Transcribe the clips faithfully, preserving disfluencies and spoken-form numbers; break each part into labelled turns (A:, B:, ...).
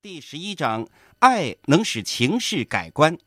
A: 第十一章，爱能使情势改观。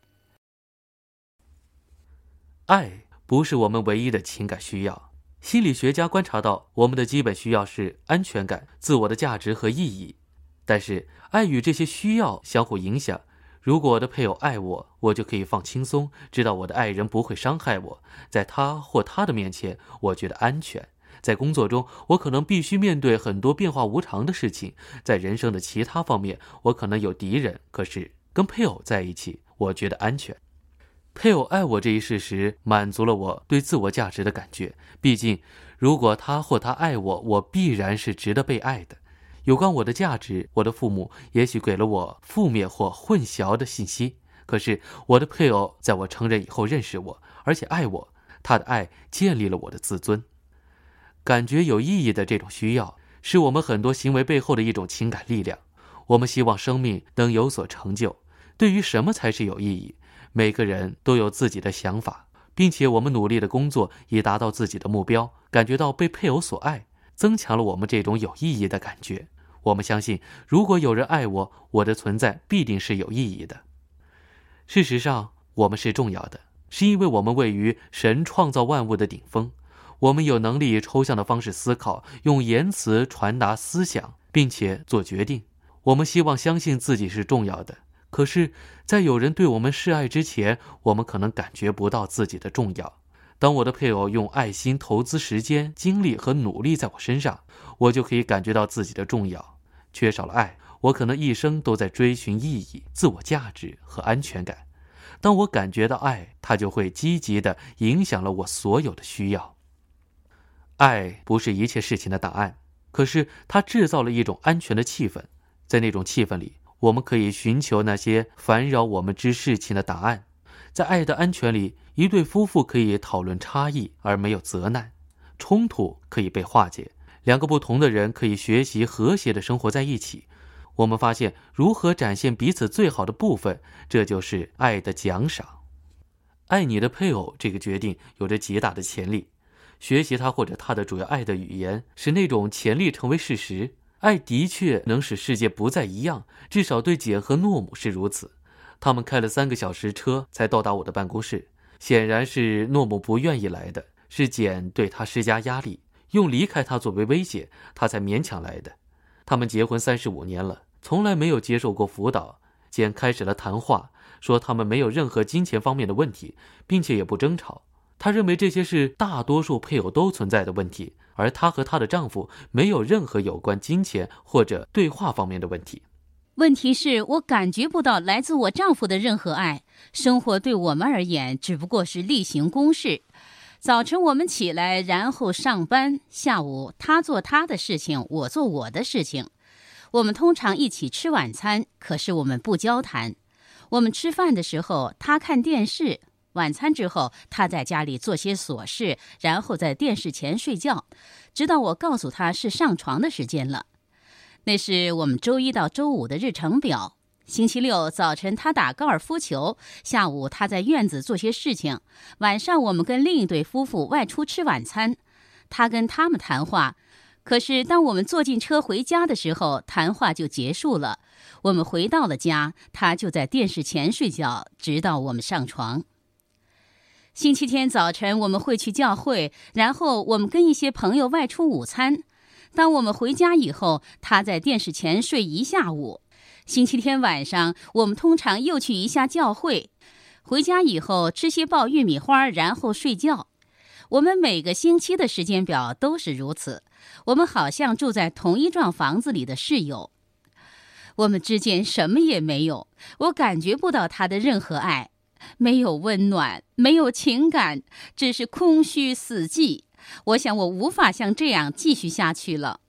B: 爱不是我们唯一的情感需要。心理学家观察到，我们的基本需要是安全感、自我的价值和意义。但是，爱与这些需要相互影响。如果我的配偶爱我，我就可以放轻松，知道我的爱人不会伤害我，在他或她的面前，我觉得安全。在工作中，我可能必须面对很多变化无常的事情；在人生的其他方面，我可能有敌人，可是跟配偶在一起，我觉得安全。配偶爱我这一事实满足了我对自我价值的感觉，毕竟如果他或她爱我，我必然是值得被爱的。有关我的价值，我的父母也许给了我负面或混淆的信息，可是我的配偶在我成人以后认识我，而且爱我，他的爱建立了我的自尊。感觉有意义的这种需要，是我们很多行为背后的一种情感力量。我们希望生命能有所成就。对于什么才是有意义，每个人都有自己的想法，并且我们努力的工作以达到自己的目标，感觉到被配偶所爱，增强了我们这种有意义的感觉。我们相信，如果有人爱我，我的存在必定是有意义的。事实上，我们是重要的，是因为我们位于神创造万物的顶峰。我们有能力以抽象的方式思考，用言辞传达思想，并且做决定。我们希望相信自己是重要的，可是在有人对我们示爱之前，我们可能感觉不到自己的重要。当我的配偶用爱心投资时间、精力和努力在我身上，我就可以感觉到自己的重要。缺少了爱，我可能一生都在追寻意义、自我价值和安全感。当我感觉到爱，它就会积极地影响了我所有的需要。爱不是一切事情的答案，可是它制造了一种安全的气氛。在那种气氛里，我们可以寻求那些烦扰我们之事情的答案。在爱的安全里，一对夫妇可以讨论差异而没有责难，冲突可以被化解，两个不同的人可以学习和谐地生活在一起。我们发现如何展现彼此最好的部分，这就是爱的奖赏。爱你的配偶这个决定有着极大的潜力。学习他或者他的主要爱的语言，使那种潜力成为事实。爱的确能使世界不再一样，至少对简和诺姆是如此。他们开了三个小时车才到达我的办公室，显然是诺姆不愿意来的，是简对他施加压力，用离开他作为威胁，他才勉强来的。他们结婚三十五年了，从来没有接受过辅导。简开始了谈话，说他们没有任何金钱方面的问题，并且也不争吵。她认为这些是大多数配偶都存在的问题，而她和她的丈夫没有任何有关金钱或者对话方面的问题。
C: 问题是我感觉不到来自我丈夫的任何爱，生活对我们而言只不过是例行公事。早晨我们起来，然后上班，下午他做他的事情，我做我的事情。我们通常一起吃晚餐，可是我们不交谈。我们吃饭的时候，他看电视。晚餐之后，他在家里做些琐事，然后在电视前睡觉，直到我告诉他是上床的时间了。那是我们周一到周五的日程表。星期六早晨他打高尔夫球，下午他在院子做些事情，晚上我们跟另一对夫妇外出吃晚餐，他跟他们谈话。可是当我们坐进车回家的时候，谈话就结束了。我们回到了家，他就在电视前睡觉，直到我们上床。星期天早晨我们会去教会，然后我们跟一些朋友外出午餐。当我们回家以后，他在电视前睡一下午。星期天晚上我们通常又去一下教会，回家以后吃些爆玉米花，然后睡觉。我们每个星期的时间表都是如此，我们好像住在同一幢房子里的室友。我们之间什么也没有，我感觉不到他的任何爱。没有温暖，没有情感，只是空虚死寂。我想我无法像这样继续下去了。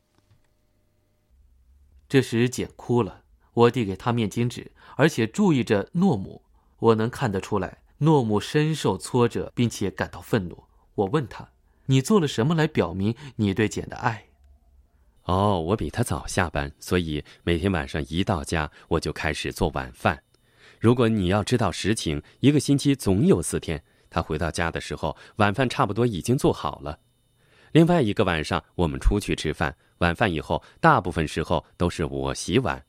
B: 这时简哭了，我递给他面巾纸，而且注意着诺姆。我能看得出来，诺姆深受挫折，并且感到愤怒。我问他，你做了什么来表明你对简的爱？
D: 哦，我比他早下班，所以每天晚上一到家，我就开始做晚饭。如果你要知道实情，一个星期总有四天，他回到家的时候，晚饭差不多已经做好了。另外一个晚上，我们出去吃饭，晚饭以后，大部分时候都是我洗碗。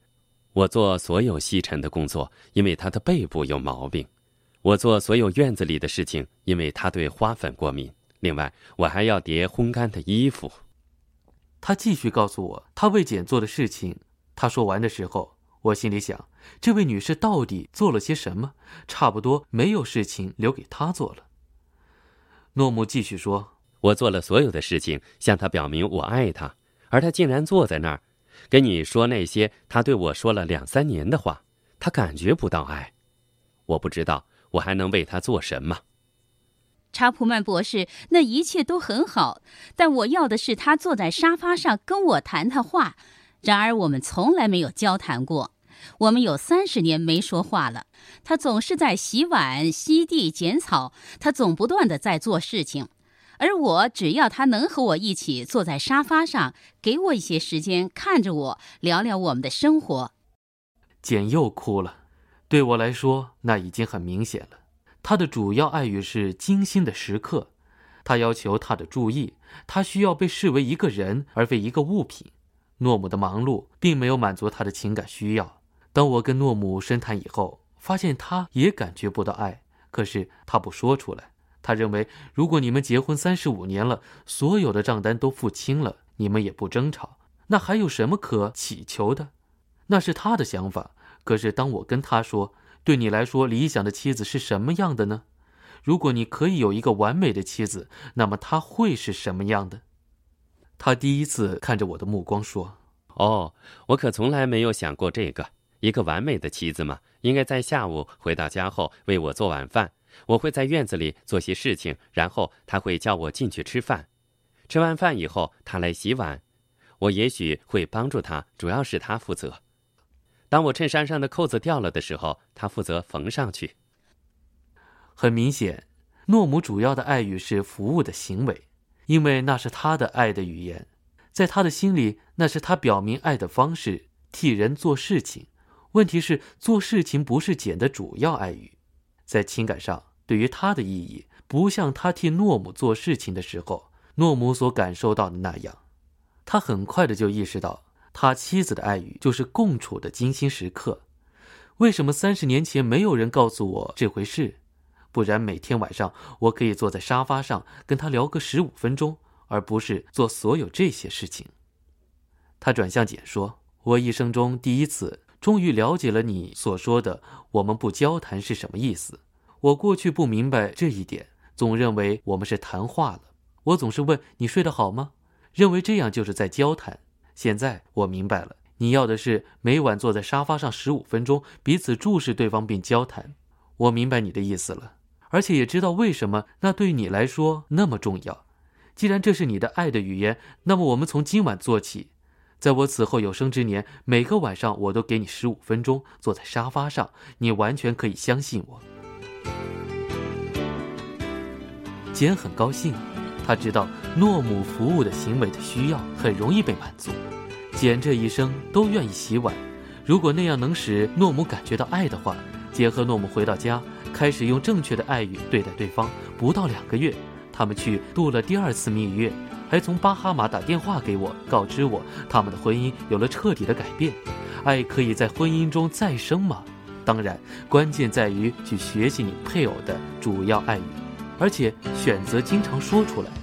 D: 我做所有吸尘的工作，因为他的背部有毛病。我做所有院子里的事情，因为他对花粉过敏。另外，我还要叠烘干的衣服。
B: 他继续告诉我他为简做的事情。他说完的时候，我心里想，这位女士到底做了些什么？差不多没有事情留给她做了。诺姆继续说，
D: 我做了所有的事情，向他表明我爱他，而他竟然坐在那儿，跟你说那些他对我说了两三年的话。他感觉不到爱。我不知道我还能为他做什么。
C: 查普曼博士，那一切都很好，但我要的是他坐在沙发上跟我谈谈话。然而我们从来没有交谈过，我们有三十年没说话了。他总是在洗碗、吸地、剪草，他总不断地在做事情。而我只要他能和我一起坐在沙发上，给我一些时间，看着我，聊聊我们的生活。
B: 简又哭了。对我来说，那已经很明显了。他的主要爱语是精心的时刻。他要求他的注意，他需要被视为一个人，而非一个物品。诺姆的忙碌并没有满足他的情感需要。当我跟诺姆深谈以后，发现他也感觉不到爱，可是他不说出来。他认为，如果你们结婚三十五年了，所有的账单都付清了，你们也不争吵，那还有什么可祈求的？那是他的想法。可是当我跟他说，对你来说理想的妻子是什么样的呢？如果你可以有一个完美的妻子，那么她会是什么样的？他第一次看着我的目光说，
D: 哦，我可从来没有想过这个。一个完美的妻子嘛，应该在下午回到家后为我做晚饭。我会在院子里做些事情，然后他会叫我进去吃饭。吃完饭以后，他来洗碗。我也许会帮助他，主要是他负责。当我衬衫上的扣子掉了的时候，他负责缝上去。
B: 很明显，诺姆主要的爱语是服务的行为，因为那是他的爱的语言。在他的心里，那是他表明爱的方式，替人做事情。问题是，做事情不是简的主要爱语。在情感上，对于他的意义，不像他替诺姆做事情的时候，诺姆所感受到的那样。他很快的就意识到，他妻子的爱语就是共处的精心时刻。为什么三十年前没有人告诉我这回事？不然每天晚上我可以坐在沙发上跟他聊个十五分钟，而不是做所有这些事情。他转向简说，我一生中第一次终于了解了你所说的我们不交谈是什么意思。我过去不明白这一点，总认为我们是谈话了。我总是问你睡得好吗？认为这样就是在交谈。现在我明白了，你要的是每晚坐在沙发上十五分钟，彼此注视对方并交谈。我明白你的意思了，而且也知道为什么那对于你来说那么重要。既然这是你的爱的语言，那么我们从今晚做起，在我此后有生之年，每个晚上我都给你十五分钟，坐在沙发上，你完全可以相信我。简很高兴，他知道诺姆服务的行为的需要很容易被满足。简这一生都愿意洗碗，如果那样能使诺姆感觉到爱的话，简和诺姆回到家，开始用正确的爱语对待对方。不到两个月，他们去度了第二次蜜月，还从巴哈马打电话给我，告知我他们的婚姻有了彻底的改变。爱可以在婚姻中再生吗？当然，关键在于去学习你配偶的主要爱语，而且选择经常说出来。